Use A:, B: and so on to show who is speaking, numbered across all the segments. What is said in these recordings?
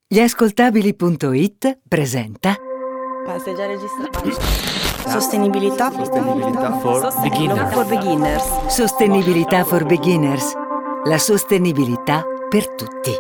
A: Gliascoltabili.it presenta.
B: Ma sei già registrato? Sostenibilità
C: for beginners.
A: Sostenibilità for beginners. La sostenibilità per tutti.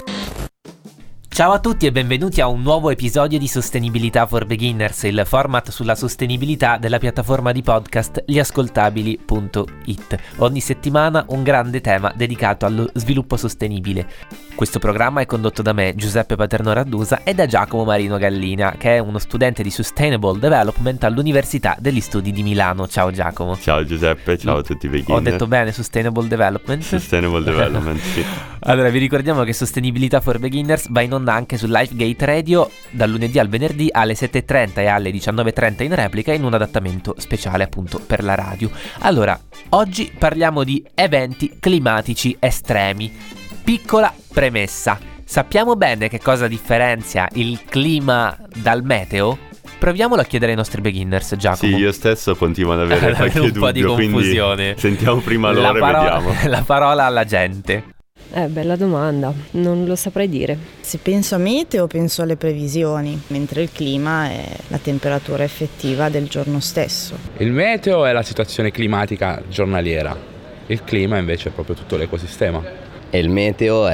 C: Ciao a tutti e benvenuti a un nuovo episodio di Sostenibilità for Beginners, il format sulla sostenibilità della piattaforma di podcast Gliascoltabili.it. Ogni settimana un grande tema dedicato allo sviluppo sostenibile. Questo programma è condotto da me, Giuseppe Paterno Raddusa, e da Giacomo Marino Gallina, che è uno studente di Sustainable Development all'Università degli Studi di Milano. Ciao Giacomo.
D: Ciao Giuseppe, ciao a tutti i beginner.
C: Ho detto bene Sustainable Development?
D: Sustainable Development, sì.
C: Allora, vi ricordiamo che Sostenibilità for Beginners va in onda anche su Lifegate Radio dal lunedì al venerdì alle 7.30 e alle 19.30 in replica in un adattamento speciale appunto per la radio. Allora, oggi parliamo di eventi climatici estremi. Piccola premessa: sappiamo bene che cosa differenzia il clima dal meteo? Proviamolo a chiedere ai nostri beginners, Giacomo.
D: Sì, io stesso continuo ad avere qualche
C: un
D: dubbio,
C: po' di confusione.
D: Sentiamo prima loro e vediamo.
C: La parola alla gente.
E: Bella domanda, non lo saprei dire.
B: Se penso a meteo penso alle previsioni, mentre il clima è la temperatura effettiva del giorno stesso.
F: Il meteo è la situazione climatica giornaliera, il clima invece è proprio tutto l'ecosistema.
G: E il meteo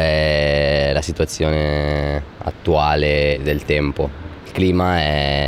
G: è la situazione attuale del tempo. Il clima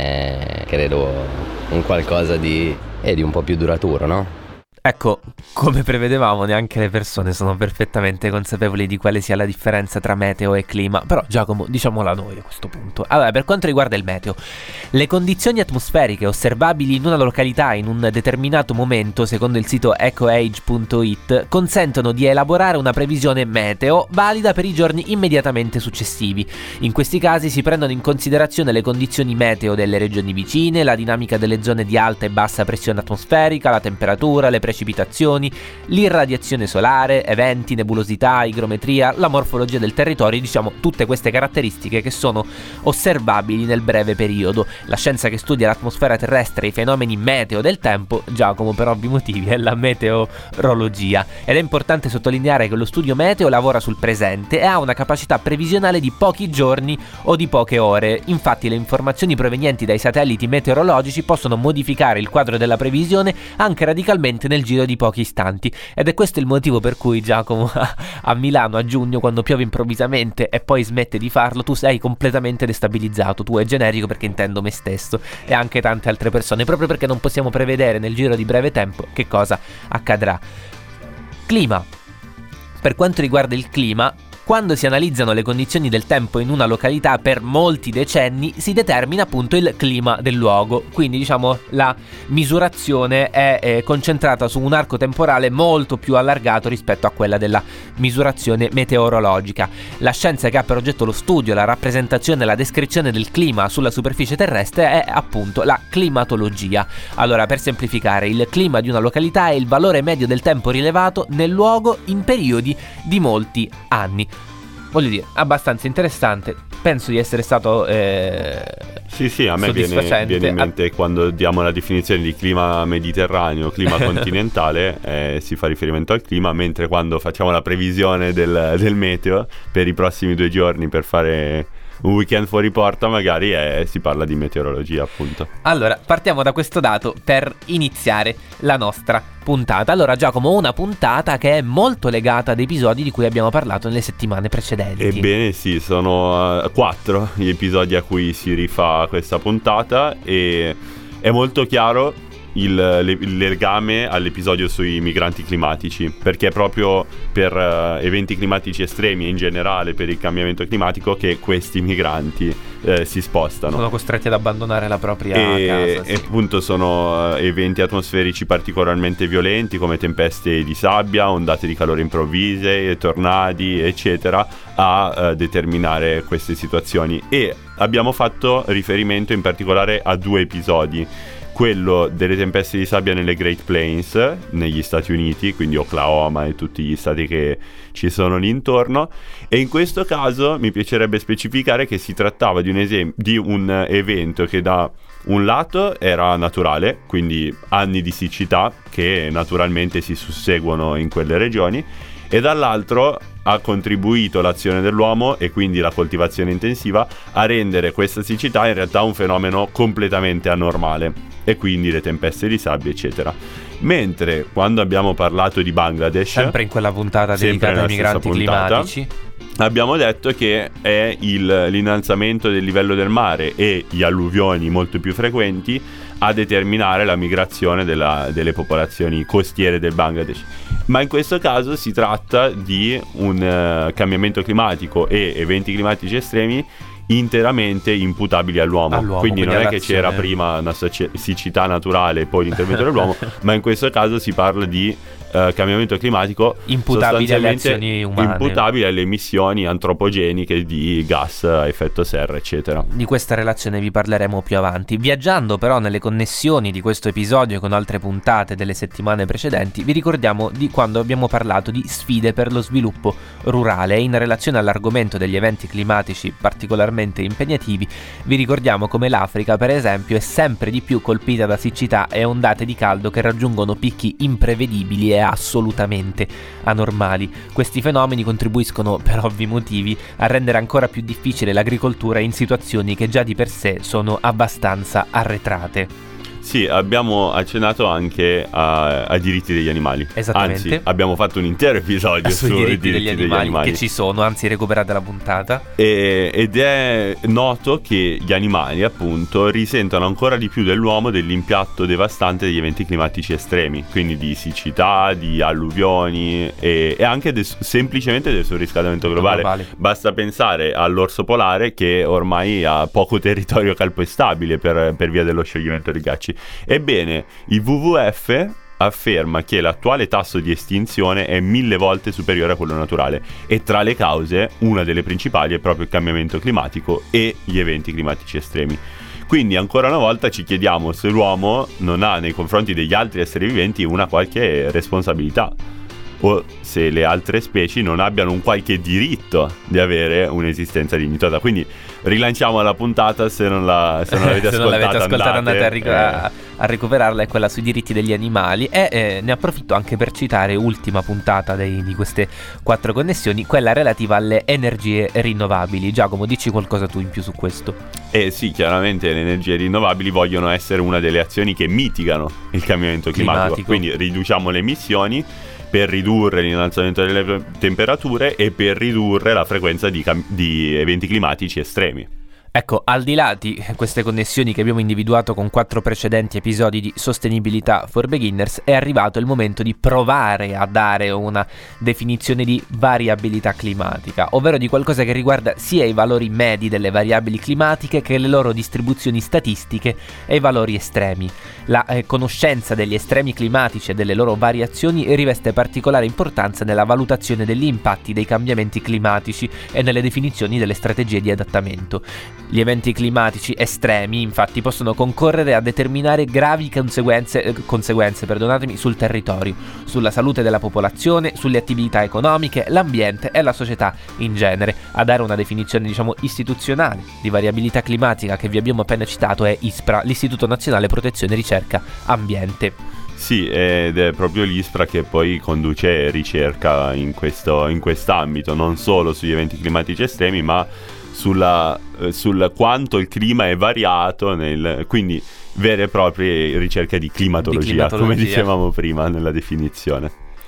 G: è, credo, un qualcosa di un po' più duraturo, no?
C: Ecco, come prevedevamo, neanche le persone sono perfettamente consapevoli di quale sia la differenza tra meteo e clima. Però Giacomo, diciamola noi a questo punto. Allora, per quanto riguarda il meteo, le condizioni atmosferiche osservabili in una località in un determinato momento, secondo il sito ecoage.it, consentono di elaborare una previsione meteo valida per i giorni immediatamente successivi. In questi casi si prendono in considerazione le condizioni meteo delle regioni vicine, la dinamica delle zone di alta e bassa pressione atmosferica, la temperatura, le precipitazioni, l'irradiazione solare, eventi, nebulosità, igrometria, la morfologia del territorio, diciamo tutte queste caratteristiche che sono osservabili nel breve periodo. La scienza che studia l'atmosfera terrestre e i fenomeni meteo del tempo, Giacomo, per ovvi motivi, è la meteorologia. Ed è importante sottolineare che lo studio meteo lavora sul presente e ha una capacità previsionale di pochi giorni o di poche ore. Infatti le informazioni provenienti dai satelliti meteorologici possono modificare il quadro della previsione anche radicalmente nel giro di pochi istanti, ed è questo il motivo per cui, Giacomo, a Milano a giugno, quando piove improvvisamente e poi smette di farlo, tu sei completamente destabilizzato. Tu è generico perché intendo me stesso e anche tante altre persone, proprio perché non possiamo prevedere nel giro di breve tempo che cosa accadrà. Clima. Per quanto riguarda il clima, quando si analizzano le condizioni del tempo in una località per molti decenni, si determina appunto il clima del luogo. Quindi diciamo la misurazione è concentrata su un arco temporale molto più allargato rispetto a quella della misurazione meteorologica. La scienza che ha per oggetto lo studio, la rappresentazione e la descrizione del clima sulla superficie terrestre è appunto la climatologia. Allora, per semplificare, il clima di una località è il valore medio del tempo rilevato nel luogo in periodi di molti anni. Voglio dire, abbastanza interessante. Penso di essere stato
D: Sì, a me viene in mente quando diamo la definizione di clima mediterraneo, clima continentale, si fa riferimento al clima, mentre quando facciamo la previsione del meteo per i prossimi 2 giorni per fare un weekend fuori porta magari si parla di meteorologia, appunto.
C: Allora, partiamo da questo dato per iniziare la nostra puntata. Allora, Giacomo, una puntata che è molto legata ad episodi di cui abbiamo parlato nelle settimane precedenti.
D: Ebbene sì, sono 4 gli episodi a cui si rifà questa puntata e è molto chiaro il legame all'episodio sui migranti climatici, perché è proprio per eventi climatici estremi e in generale per il cambiamento climatico che questi migranti si spostano.
C: Sono costretti ad abbandonare la propria casa.
D: E appunto sono eventi atmosferici particolarmente violenti come tempeste di sabbia, ondate di calore improvvise, tornadi, eccetera, a determinare queste situazioni. E abbiamo fatto riferimento in particolare a 2 episodi. Quello delle tempeste di sabbia nelle Great Plains negli Stati Uniti, quindi Oklahoma e tutti gli stati che ci sono lì intorno, e in questo caso mi piacerebbe specificare che si trattava di un evento che da un lato era naturale, quindi anni di siccità che naturalmente si susseguono in quelle regioni, e dall'altro ha contribuito l'azione dell'uomo e quindi la coltivazione intensiva a rendere questa siccità in realtà un fenomeno completamente anormale, e quindi le tempeste di sabbia eccetera. Mentre quando abbiamo parlato di Bangladesh,
C: sempre in quella puntata dedicata ai migranti climatici,
D: abbiamo detto che è l'innalzamento del livello del mare e gli alluvioni molto più frequenti a determinare la migrazione delle popolazioni costiere del Bangladesh. Ma in questo caso si tratta di un cambiamento climatico e eventi climatici estremi interamente imputabili all'uomo. Quindi non è che c'era prima una siccità naturale e poi l'intervento dell'uomo, ma in questo caso si parla di cambiamento climatico
C: imputabile alle azioni umane,
D: imputabile alle emissioni antropogeniche di gas a effetto serra eccetera.
C: Di questa relazione vi parleremo più avanti. Viaggiando però nelle connessioni di questo episodio con altre puntate delle settimane precedenti, vi ricordiamo di quando abbiamo parlato di sfide per lo sviluppo rurale, e in relazione all'argomento degli eventi climatici particolarmente impegnativi vi ricordiamo come l'Africa per esempio è sempre di più colpita da siccità e ondate di caldo che raggiungono picchi imprevedibili e assolutamente anormali. Questi fenomeni contribuiscono per ovvi motivi a rendere ancora più difficile l'agricoltura in situazioni che già di per sé sono abbastanza arretrate.
D: Sì, abbiamo accennato anche ai diritti degli animali.
C: Esattamente.
D: Anzi, abbiamo fatto un intero episodio sui diritti degli animali
C: che ci sono, anzi recuperate la puntata.
D: Ed è noto che gli animali appunto risentono ancora di più dell'uomo dell'impatto devastante degli eventi climatici estremi, quindi di siccità, di alluvioni e anche semplicemente del surriscaldamento globale. Basta pensare all'orso polare che ormai ha poco territorio calpestabile per via dello scioglimento dei ghiacci. Ebbene, il WWF afferma che l'attuale tasso di estinzione è 1000 volte superiore a quello naturale, e tra le cause una delle principali è proprio il cambiamento climatico e gli eventi climatici estremi. Quindi ancora una volta ci chiediamo se l'uomo non ha nei confronti degli altri esseri viventi una qualche responsabilità, o se le altre specie non abbiano un qualche diritto di avere un'esistenza dignitosa. Quindi rilanciamo la puntata, se non l'avete ascoltata,
C: andate a recuperarla, è quella sui diritti degli animali, e ne approfitto anche per citare ultima puntata di queste 4 connessioni, quella relativa alle energie rinnovabili. Giacomo, dici qualcosa tu in più su questo?
D: Sì, chiaramente le energie rinnovabili vogliono essere una delle azioni che mitigano il cambiamento climatico. Quindi riduciamo le emissioni per ridurre l'innalzamento delle temperature e per ridurre la frequenza di eventi climatici estremi.
C: Ecco, al di là di queste connessioni che abbiamo individuato con 4 precedenti episodi di Sostenibilità for Beginners, è arrivato il momento di provare a dare una definizione di variabilità climatica, ovvero di qualcosa che riguarda sia i valori medi delle variabili climatiche che le loro distribuzioni statistiche e i valori estremi. La conoscenza degli estremi climatici e delle loro variazioni riveste particolare importanza nella valutazione degli impatti dei cambiamenti climatici e nelle definizioni delle strategie di adattamento. Gli eventi climatici estremi, infatti, possono concorrere a determinare gravi conseguenze sul territorio, sulla salute della popolazione, sulle attività economiche, l'ambiente e la società in genere. A dare una definizione, istituzionale di variabilità climatica che vi abbiamo appena citato è ISPRA, l'Istituto Nazionale Protezione Ricerca Ambiente.
D: Sì, ed è proprio l'ISPRA che poi conduce ricerca in quest'ambito, non solo sugli eventi climatici estremi, ma sul quanto il clima è variato, quindi vere e proprie ricerche di climatologia, come dicevamo prima nella definizione.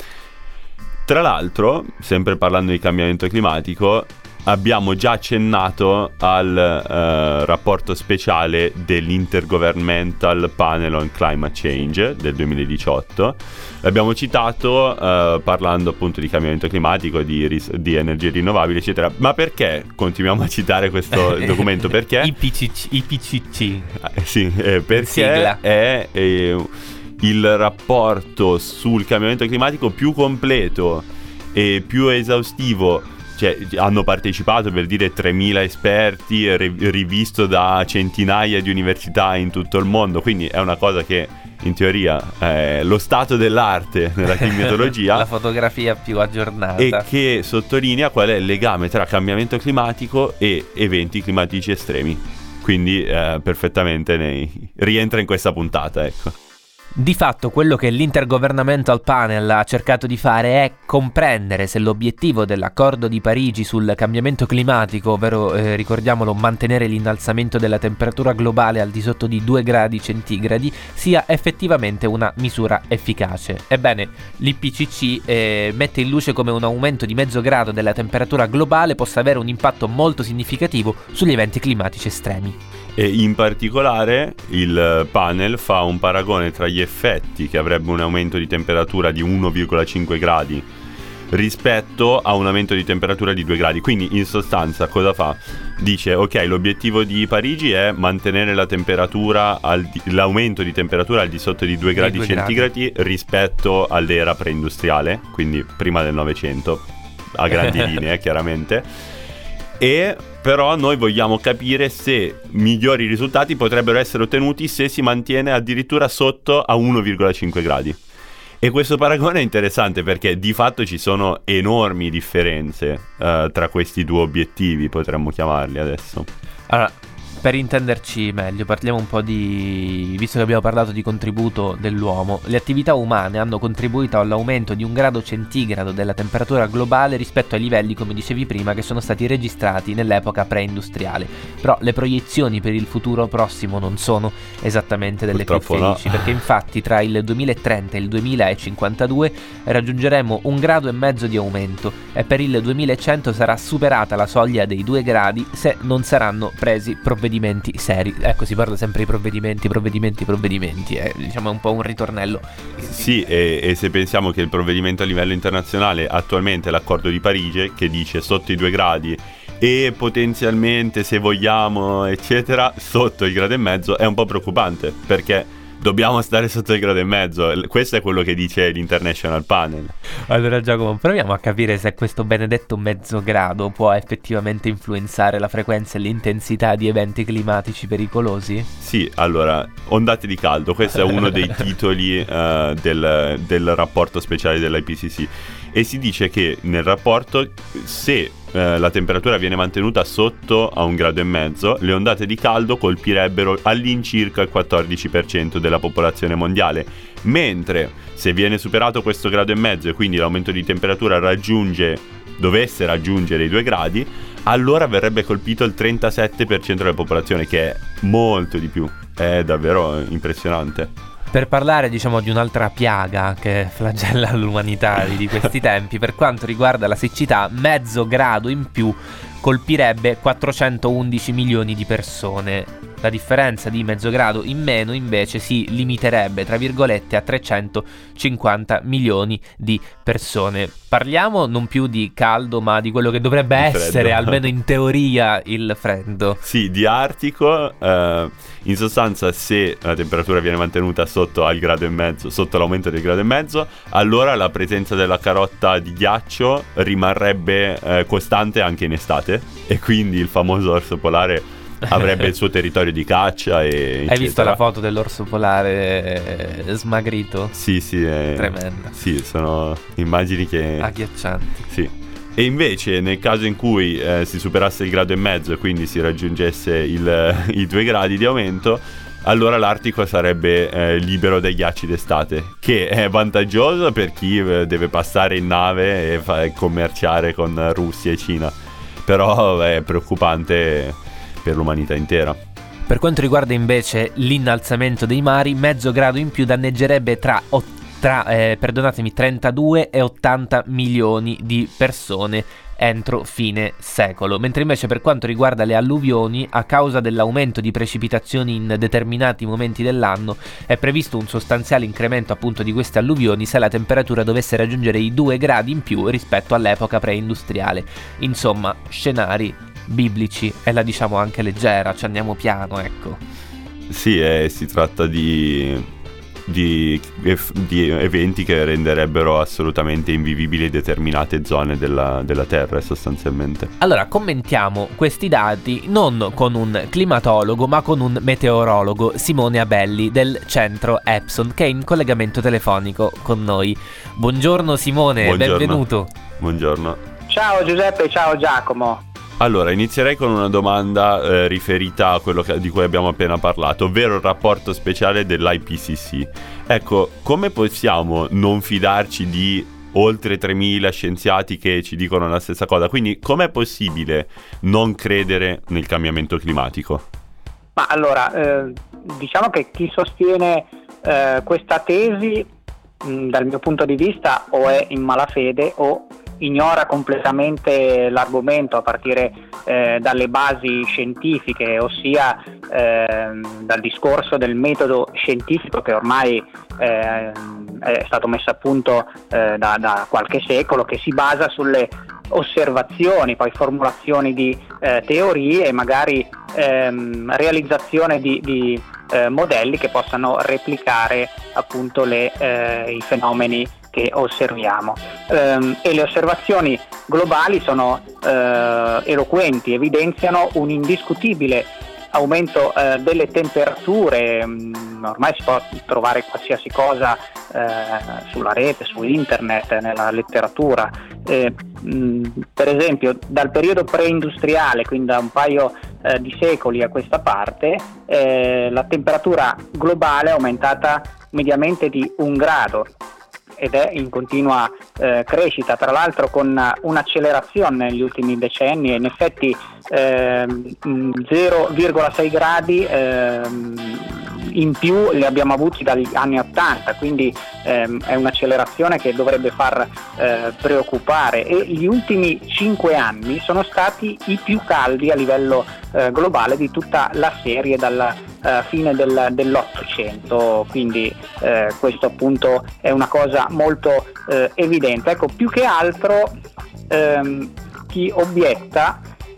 D: Tra l'altro, sempre parlando di cambiamento climatico, abbiamo già accennato al rapporto speciale dell'Intergovernmental Panel on Climate Change del 2018. L'abbiamo citato parlando appunto di cambiamento climatico, di energie rinnovabili eccetera. Ma perché continuiamo a citare questo documento? Perché
C: IPCC
D: sì, perché
C: sigla.
D: È il rapporto sul cambiamento climatico più completo e più esaustivo. Cioè, hanno partecipato, per dire, 3.000 esperti, rivisto da centinaia di università in tutto il mondo. Quindi è una cosa che in teoria è lo stato dell'arte nella climatologia,
C: la fotografia più aggiornata,
D: e che sottolinea qual è il legame tra cambiamento climatico e eventi climatici estremi. Quindi perfettamente rientra in questa puntata, ecco.
C: Di fatto quello che l'Intergovernmental Panel ha cercato di fare è comprendere se l'obiettivo dell'accordo di Parigi sul cambiamento climatico, ovvero ricordiamolo, mantenere l'innalzamento della temperatura globale al di sotto di 2 gradi centigradi, sia effettivamente una misura efficace. Ebbene, l'IPCC mette in luce come un aumento di mezzo grado della temperatura globale possa avere un impatto molto significativo sugli eventi climatici estremi.
D: E in particolare il panel fa un paragone tra gli effetti che avrebbe un aumento di temperatura di 1,5 gradi rispetto a un aumento di temperatura di 2 gradi. Quindi in sostanza cosa fa? Dice ok, l'obiettivo di Parigi è mantenere la temperatura l'aumento di temperatura al di sotto di 2 gradi centigradi rispetto all'era preindustriale, quindi prima del Novecento, a grandi linee chiaramente. E però noi vogliamo capire se migliori risultati potrebbero essere ottenuti se si mantiene addirittura sotto a 1,5 gradi. E questo paragone è interessante perché di fatto ci sono enormi differenze tra questi due obiettivi, potremmo chiamarli adesso.
C: Allora, per intenderci meglio, parliamo un po' visto che abbiamo parlato di contributo dell'uomo, le attività umane hanno contribuito all'aumento di 1 grado centigrado della temperatura globale rispetto ai livelli, come dicevi prima, che sono stati registrati nell'epoca preindustriale. Però le proiezioni per il futuro prossimo non sono esattamente delle
D: Purtroppo
C: più felici, perché infatti tra il 2030 e il 2052 raggiungeremo 1,5 gradi di aumento e per il 2100 sarà superata la soglia dei 2 gradi se non saranno presi provvedimenti seri. Ecco, si parla sempre di provvedimenti, diciamo è un po' un ritornello.
D: Sì, e se pensiamo che il provvedimento a livello internazionale attualmente è l'accordo di Parigi, che dice sotto i 2 gradi e potenzialmente, se vogliamo, eccetera, sotto il 1,5 gradi, è un po' preoccupante, perché dobbiamo stare sotto il 1,5 gradi. Questo è quello che dice l'International Panel.
C: Allora Giacomo, proviamo a capire se questo benedetto mezzo grado può effettivamente influenzare la frequenza e l'intensità di eventi climatici pericolosi?
D: Sì, allora, ondate di caldo, questo è uno dei titoli del rapporto speciale dell'IPCC, e si dice che nel rapporto, se la temperatura viene mantenuta sotto a 1,5 gradi, le ondate di caldo colpirebbero all'incirca il 14% della popolazione mondiale, mentre se viene superato questo 1,5 gradi e quindi l'aumento di temperatura dovesse raggiungere i 2 gradi, allora verrebbe colpito il 37% della popolazione, che è molto di più, è davvero impressionante.
C: Per parlare, diciamo, di un'altra piaga che flagella l'umanità di questi tempi, per quanto riguarda la siccità, 0,5 gradi in più colpirebbe 411 milioni di persone. La differenza di 0,5 gradi in meno invece si limiterebbe, tra virgolette, a 350 milioni di persone. Parliamo non più di caldo, ma di quello che dovrebbe essere, almeno in teoria, il freddo.
D: Sì, di artico. In sostanza, se la temperatura viene mantenuta sotto al 1,5 gradi, sotto l'aumento del 1,5 gradi, allora la presenza della carotta di ghiaccio rimarrebbe costante anche in estate, e quindi il famoso orso polare avrebbe il suo territorio di caccia e eccetera.
C: Hai visto la foto dell'orso polare smagrito?
D: Sì,
C: tremenda.
D: Sì, sono immagini che
C: agghiaccianti.
D: Sì. E invece nel caso in cui si superasse il 1,5 gradi e quindi si raggiungesse i 2 gradi di aumento, allora l'Artico sarebbe libero dai ghiacci d'estate, che è vantaggioso per chi deve passare in nave e commerciare con Russia e Cina, però è preoccupante per l'umanità intera.
C: Per quanto riguarda invece l'innalzamento dei mari, 0,5 gradi in più danneggerebbe tra 32 e 80 milioni di persone entro fine secolo, mentre invece per quanto riguarda le alluvioni, a causa dell'aumento di precipitazioni in determinati momenti dell'anno, è previsto un sostanziale incremento appunto di queste alluvioni se la temperatura dovesse raggiungere i 2 gradi in più rispetto all'epoca preindustriale. Insomma, scenari biblici, e la diciamo anche leggera, ci andiamo piano, ecco.
D: Sì, si tratta di eventi che renderebbero assolutamente invivibili determinate zone della Terra, sostanzialmente.
C: Allora, commentiamo questi dati non con un climatologo ma con un meteorologo, Simone Abelli del centro Epson, che è in collegamento telefonico con noi. Buongiorno Simone. Buongiorno. Benvenuto.
D: Buongiorno.
H: Ciao Giuseppe, ciao Giacomo.
D: Allora, inizierei con una domanda riferita a quello di cui abbiamo appena parlato, ovvero il rapporto speciale dell'IPCC. Ecco, come possiamo non fidarci di oltre 3.000 scienziati che ci dicono la stessa cosa? Quindi com'è possibile non credere nel cambiamento climatico?
H: Ma allora, diciamo che chi sostiene questa tesi, dal mio punto di vista, o è in malafede o ignora completamente l'argomento a partire dalle basi scientifiche, ossia dal discorso del metodo scientifico che ormai è stato messo a punto da qualche secolo, che si basa sulle osservazioni, poi formulazioni di teorie e magari realizzazione di modelli che possano replicare appunto i fenomeni che osserviamo, e le osservazioni globali sono eloquenti, evidenziano un indiscutibile aumento delle temperature. Ormai si può trovare qualsiasi cosa sulla rete, su internet, nella letteratura. Per esempio, dal periodo preindustriale, quindi da un paio di secoli a questa parte, la temperatura globale è aumentata mediamente di 1 grado ed è in continua crescita, tra l'altro con un'accelerazione negli ultimi decenni, e in effetti 0,6 gradi in più li abbiamo avuti dagli anni 80, quindi è un'accelerazione che dovrebbe far preoccupare, e gli ultimi 5 anni sono stati i più caldi a livello globale di tutta la serie dalla fine dell'Ottocento, quindi questo appunto è una cosa molto evidente. Ecco, più che altro chi obietta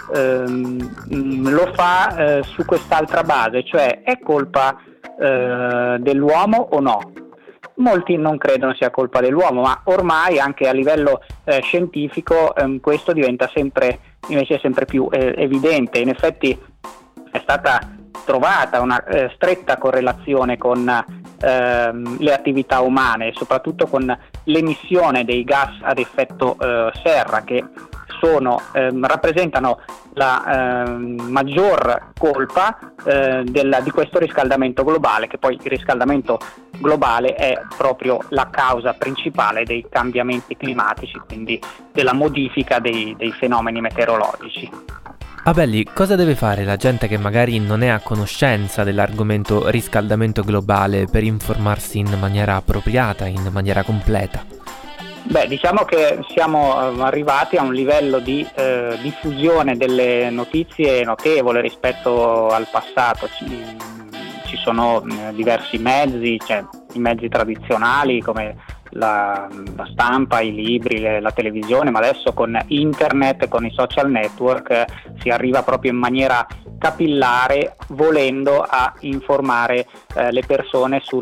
H: lo fa su quest'altra base, cioè è colpa dell'uomo o no? Molti non credono sia colpa dell'uomo, ma ormai anche a livello scientifico questo diventa sempre più evidente. In effetti è stata trovata una stretta correlazione con le attività umane, soprattutto con l'emissione dei gas ad effetto serra, che rappresentano la maggior colpa di questo riscaldamento globale, che poi il riscaldamento globale è proprio la causa principale dei cambiamenti climatici, quindi della modifica dei fenomeni meteorologici.
C: Abelli, cosa deve fare la gente che magari non è a conoscenza dell'argomento riscaldamento globale per informarsi in maniera appropriata, in maniera completa?
H: Beh, diciamo che siamo arrivati a un livello di diffusione delle notizie notevole rispetto al passato. Ci sono diversi mezzi, cioè i mezzi tradizionali come la stampa, i libri, la televisione, ma adesso con internet, con i social network si arriva proprio in maniera capillare, volendo a informare le persone su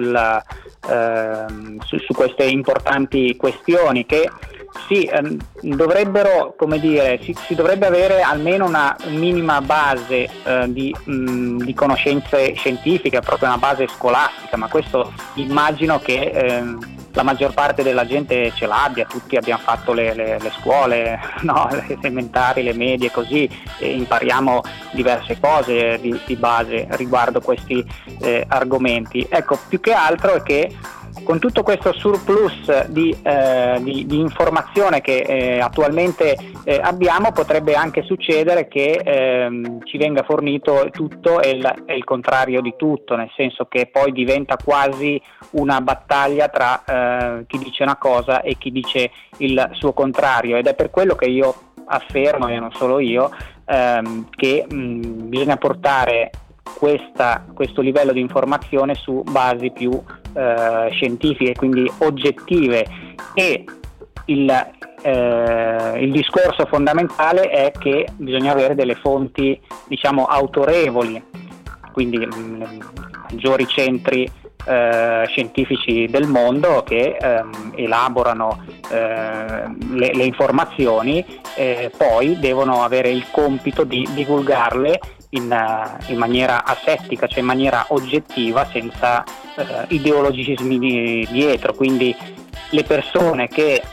H: queste importanti questioni che dovrebbero, come dire, si dovrebbe avere almeno una minima base di conoscenze scientifiche, proprio una base scolastica, ma questo immagino che la maggior parte della gente ce l'abbia. Tutti abbiamo fatto le scuole, no? Le elementari, le medie, così, e impariamo diverse cose di base riguardo questi argomenti. Ecco, più che altro è che con tutto questo surplus di informazione che attualmente abbiamo, potrebbe anche succedere che ci venga fornito tutto e il contrario di tutto, nel senso che poi diventa quasi una battaglia tra chi dice una cosa e chi dice il suo contrario, ed è per quello che io affermo, e non solo io, che bisogna portare questo livello di informazione su basi più scientifiche, quindi oggettive, e il discorso fondamentale è che bisogna avere delle fonti, diciamo, autorevoli, quindi maggiori centri scientifici del mondo che elaborano le informazioni, poi devono avere il compito di divulgarle in maniera asettica, cioè in maniera oggettiva, senza ideologismi dietro. Quindi le persone che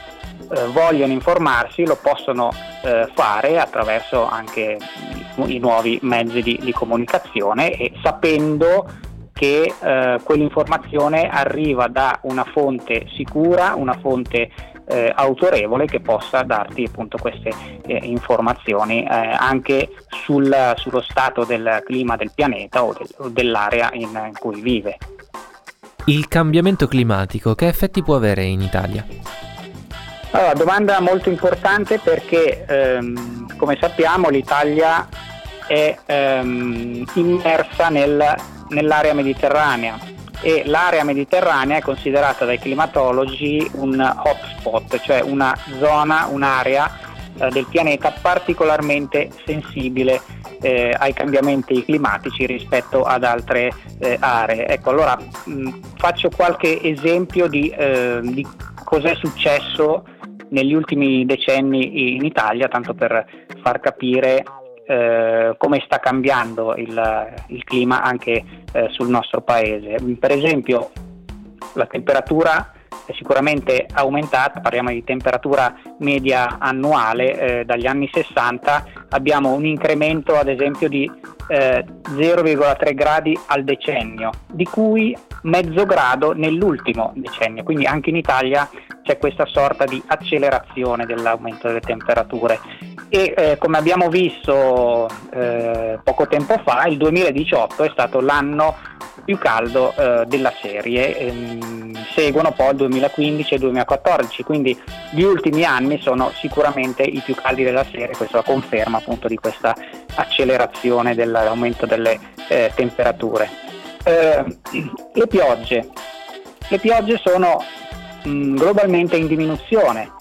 H: vogliono informarsi lo possono fare attraverso anche i nuovi mezzi di comunicazione, e sapendo che quell'informazione arriva da una fonte sicura, una fonte autorevole, che possa darti appunto queste informazioni anche sullo stato del clima del pianeta o dell'area in cui vive.
C: Il cambiamento climatico che effetti può avere in Italia?
H: Allora, domanda molto importante, perché come sappiamo l'Italia è immersa nell'area mediterranea, e l'area mediterranea è considerata dai climatologi un hotspot, cioè una zona, un'area del pianeta particolarmente sensibile ai cambiamenti climatici rispetto ad altre aree. Ecco, allora faccio qualche esempio di cos'è successo negli ultimi decenni in Italia, tanto per far capire come sta cambiando il clima anche sul nostro paese. Per esempio, la temperatura è sicuramente aumentata, parliamo di temperatura media annuale, dagli anni 60 abbiamo un incremento ad esempio di 0,3 gradi al decennio, di cui mezzo grado nell'ultimo decennio, quindi anche in Italia c'è questa sorta di accelerazione dell'aumento delle temperature. E come abbiamo visto poco tempo fa, il 2018 è stato l'anno più caldo della serie, seguono poi il 2015 e il 2014, quindi gli ultimi anni sono sicuramente i più caldi della serie. Questo a conferma appunto di questa accelerazione dell'aumento delle temperature. Le piogge sono globalmente in diminuzione.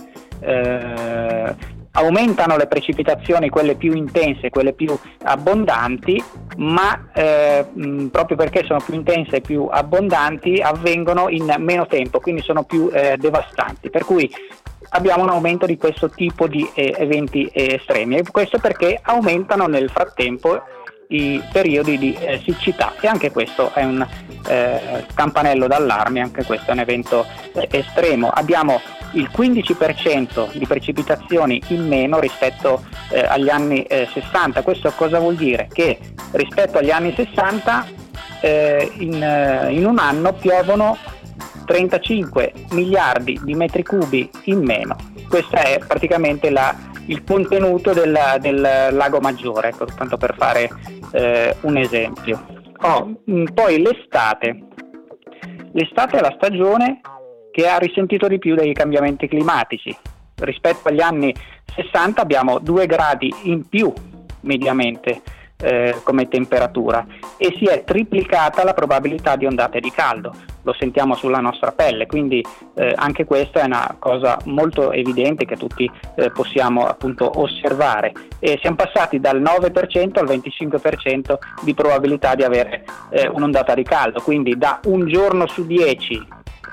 H: Aumentano le precipitazioni, quelle più intense, quelle più abbondanti, ma proprio perché sono più intense e più abbondanti avvengono in meno tempo, quindi sono più devastanti, per cui abbiamo un aumento di questo tipo di eventi estremi, e questo perché aumentano nel frattempo i periodi di siccità, e anche questo è un campanello d'allarme, anche questo è un evento estremo. Abbiamo il 15% di precipitazioni in meno rispetto agli anni 60. Questo cosa vuol dire? Che rispetto agli anni 60 in un anno piovono 35 miliardi di metri cubi in meno. Questo è praticamente il contenuto del lago Maggiore, ecco, tanto per fare un esempio. Poi l'estate è la stagione che ha risentito di più dei cambiamenti climatici. Rispetto agli anni 60 abbiamo 2 gradi in più mediamente come temperatura, e si è triplicata la probabilità di ondate di caldo. Lo sentiamo sulla nostra pelle, quindi anche questa è una cosa molto evidente che tutti possiamo appunto osservare, e siamo passati dal 9% al 25% di probabilità di avere un'ondata di caldo, quindi da un giorno su 10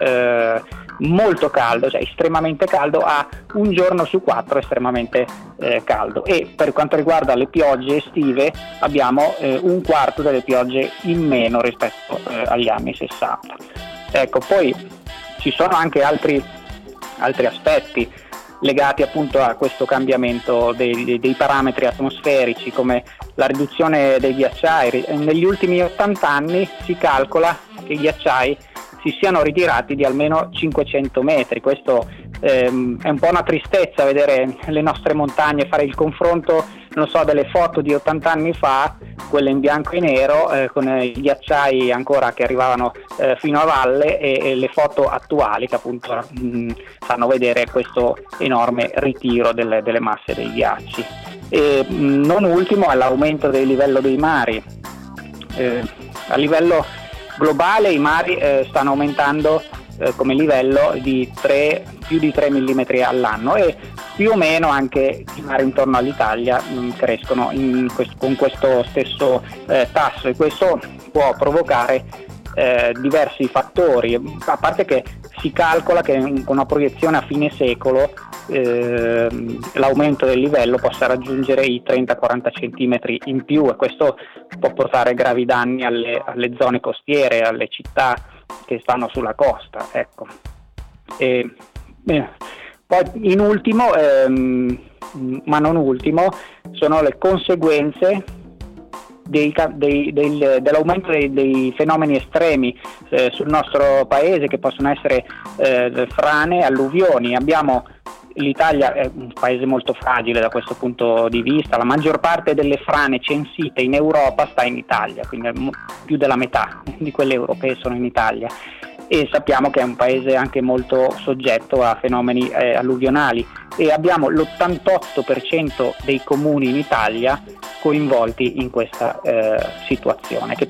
H: molto caldo, cioè estremamente caldo, a un giorno su 4 estremamente caldo. E per quanto riguarda le piogge estive abbiamo un quarto delle piogge in meno rispetto agli anni 60. Ecco, poi ci sono anche altri aspetti legati appunto a questo cambiamento dei parametri atmosferici, come la riduzione dei ghiacciai. Negli ultimi 80 anni si calcola che i ghiacciai si siano ritirati di almeno 500 metri. Questo è un po' una tristezza vedere le nostre montagne, fare il confronto, non so, delle foto di 80 anni fa, quelle in bianco e nero, con i ghiacciai ancora che arrivavano fino a valle, e le foto attuali che appunto fanno vedere questo enorme ritiro delle masse dei ghiacci. E non ultimo è l'aumento del livello dei mari. A livello globale i mari stanno aumentando come livello di più di 3 mm all'anno, e più o meno anche i mari intorno all'Italia crescono con questo stesso tasso, e questo può provocare diversi fattori, a parte che si calcola che con una proiezione a fine secolo l'aumento del livello possa raggiungere i 30-40 centimetri in più, e questo può portare gravi danni alle zone costiere, alle città che stanno sulla costa. Ecco. Poi in ultimo, ma non ultimo, sono le conseguenze dell'aumento dei fenomeni estremi sul nostro paese, che possono essere frane, alluvioni. L'Italia è un paese molto fragile da questo punto di vista, la maggior parte delle frane censite in Europa sta in Italia, quindi più della metà di quelle europee sono in Italia, e sappiamo che è un paese anche molto soggetto a fenomeni alluvionali, e abbiamo l'88% dei comuni in Italia coinvolti in questa situazione, che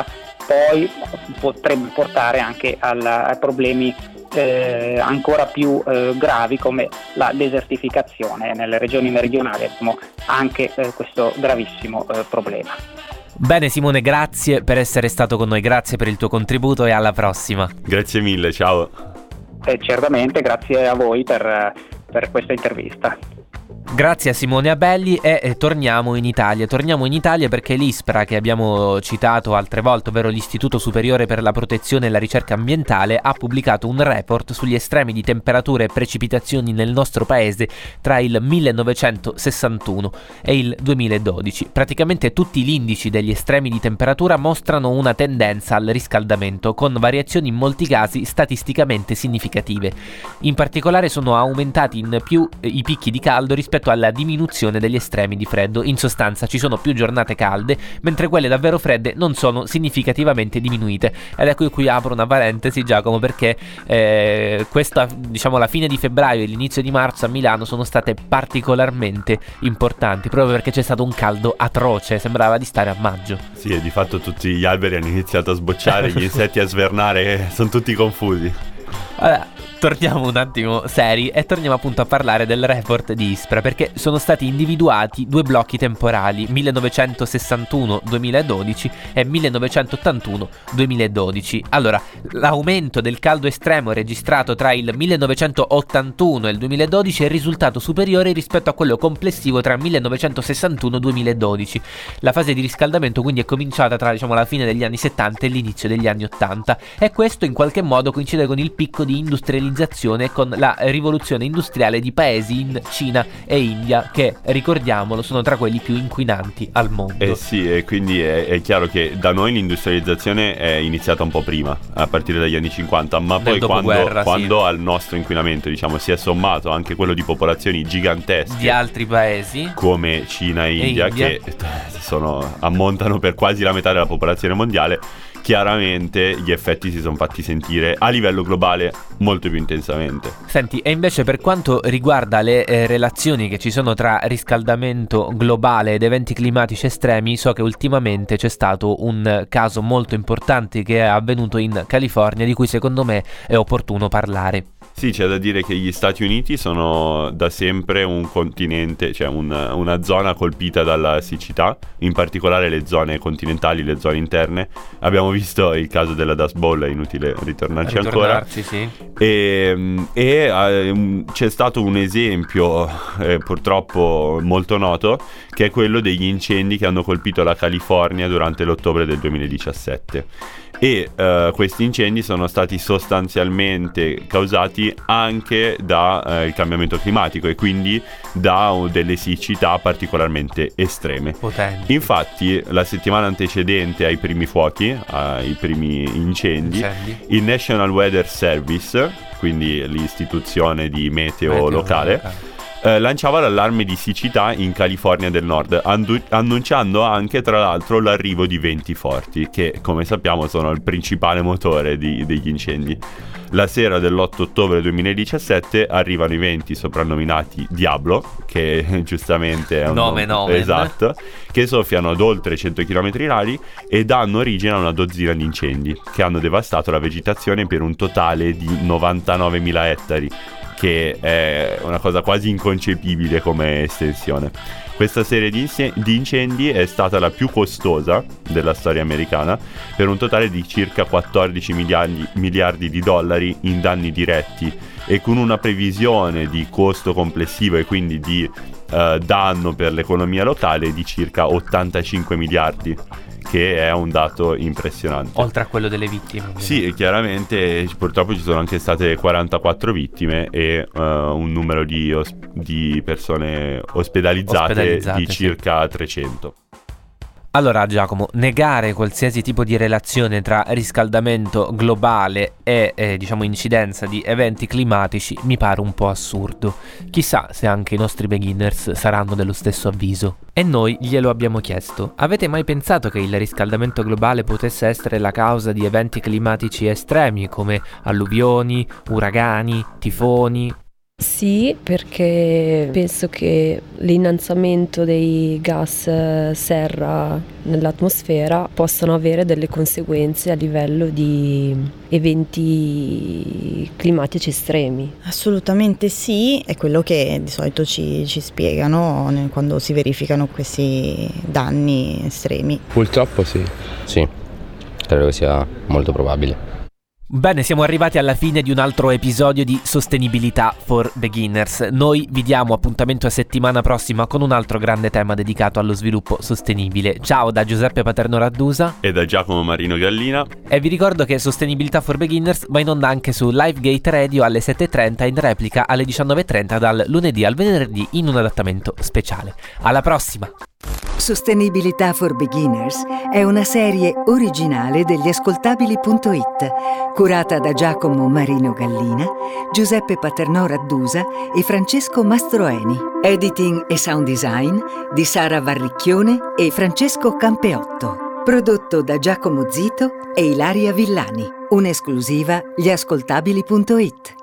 H: potrebbe portare anche a problemi ancora più gravi, come la desertificazione. Nelle regioni meridionali abbiamo anche questo gravissimo problema.
C: Bene Simone, grazie per essere stato con noi, grazie per il tuo contributo e alla prossima.
D: Grazie mille, ciao.
H: Certamente, grazie a voi per questa intervista.
C: Grazie a Simone Abelli e torniamo in Italia perché l'ISPRA, che abbiamo citato altre volte, ovvero l'Istituto Superiore per la Protezione e la Ricerca Ambientale, ha pubblicato un report sugli estremi di temperature e precipitazioni nel nostro paese tra il 1961 e il 2012. Praticamente tutti gli indici degli estremi di temperatura mostrano una tendenza al riscaldamento, con variazioni in molti casi statisticamente significative. In particolare sono aumentati in più i picchi di caldo rispetto alla diminuzione degli estremi di freddo. In sostanza ci sono più giornate calde, mentre quelle davvero fredde non sono significativamente diminuite. Ed ecco, qui apro una parentesi, Giacomo, perché questa, la fine di febbraio e l'inizio di marzo a Milano sono state particolarmente importanti, proprio perché c'è stato un caldo atroce, sembrava di stare a maggio.
D: Sì, e di fatto tutti gli alberi hanno iniziato a sbocciare, gli insetti a svernare, sono tutti confusi.
C: Allora, torniamo un attimo seri e torniamo appunto a parlare del report di ISPRA, perché sono stati individuati due blocchi temporali, 1961-2012 e 1981-2012. Allora, l'aumento del caldo estremo registrato tra il 1981 e il 2012 è risultato superiore rispetto a quello complessivo tra 1961-2012. La fase di riscaldamento quindi è cominciata tra la fine degli anni 70 e l'inizio degli anni 80, e questo in qualche modo coincide con il picco di industrializzazione e con la rivoluzione industriale di paesi in Cina e India, che, ricordiamolo, sono tra quelli più inquinanti al mondo.
D: Sì, e quindi è chiaro che da noi l'industrializzazione è iniziata un po' prima, a partire dagli anni 50, ma poi quando al nostro inquinamento si è sommato anche quello di popolazioni gigantesche
C: di altri paesi
D: come Cina e India, che ammontano per quasi la metà della popolazione mondiale, chiaramente gli effetti si sono fatti sentire a livello globale molto più intensamente.
C: Senti, e invece per quanto riguarda le relazioni che ci sono tra riscaldamento globale ed eventi climatici estremi, so che ultimamente c'è stato un caso molto importante che è avvenuto in California, di cui secondo me è opportuno parlare.
D: Sì, c'è da dire che gli Stati Uniti sono da sempre un continente, una zona colpita dalla siccità, in particolare le zone continentali, le zone interne. Abbiamo visto il caso della Dust Bowl, è inutile ritornarci ancora.
C: Sì.
D: E c'è stato un esempio purtroppo molto noto, che è quello degli incendi che hanno colpito la California durante l'ottobre del 2017. E questi incendi sono stati sostanzialmente causati anche dal cambiamento climatico, e quindi da delle siccità particolarmente estreme.
C: Potenti.
D: Infatti, la settimana antecedente ai primi fuochi, ai primi incendi, il National Weather Service, quindi l'istituzione di meteo locale, lanciava l'allarme di siccità in California del Nord, annunciando anche tra l'altro l'arrivo di venti forti, che come sappiamo sono il principale motore degli incendi. La sera dell'8 ottobre 2017 arrivano i venti soprannominati Diablo, che giustamente è un
C: nome.
D: Esatto, che soffiano ad oltre 100 km/h e danno origine a una dozzina di incendi che hanno devastato la vegetazione per un totale di 99.000 ettari, che è una cosa quasi inconcepibile come estensione. Questa serie di incendi è stata la più costosa della storia americana, per un totale di circa 14 miliardi di dollari in danni diretti, e con una previsione di costo complessivo e quindi di danno per l'economia locale di circa 85 miliardi, che è un dato impressionante.
C: Oltre a quello delle vittime.
D: Sì, e chiaramente purtroppo ci sono anche state 44 vittime e un numero di persone ospedalizzate di circa 300.
C: Allora Giacomo, negare qualsiasi tipo di relazione tra riscaldamento globale e diciamo incidenza di eventi climatici mi pare un po' assurdo. Chissà se anche i nostri beginners saranno dello stesso avviso. E noi glielo abbiamo chiesto. Avete mai pensato che il riscaldamento globale potesse essere la causa di eventi climatici estremi come alluvioni, uragani, tifoni?
E: Sì, perché penso che l'innalzamento dei gas serra nell'atmosfera possano avere delle conseguenze a livello di eventi climatici estremi.
B: Assolutamente sì, è quello che di solito ci spiegano quando si verificano questi danni estremi.
F: Purtroppo sì.
G: Sì, credo che sia molto probabile.
C: Bene, siamo arrivati alla fine di un altro episodio di Sostenibilità for Beginners. Noi vi diamo appuntamento a settimana prossima con un altro grande tema dedicato allo sviluppo sostenibile. Ciao da Giuseppe Paterno Raddusa
D: e da Giacomo Marino Gallina.
C: E vi ricordo che Sostenibilità for Beginners va in onda anche su Livegate Radio alle 7.30 in replica alle 19.30 dal lunedì al venerdì in un adattamento speciale. Alla prossima!
A: Sostenibilità for Beginners è una serie originale degli ascoltabili.it, curata da Giacomo Marino Gallina, Giuseppe Paternò Raddusa e Francesco Mastroeni. Editing e sound design di Sara Varricchione e Francesco Campeotto. Prodotto da Giacomo Zito e Ilaria Villani. Un'esclusiva gli ascoltabili.it.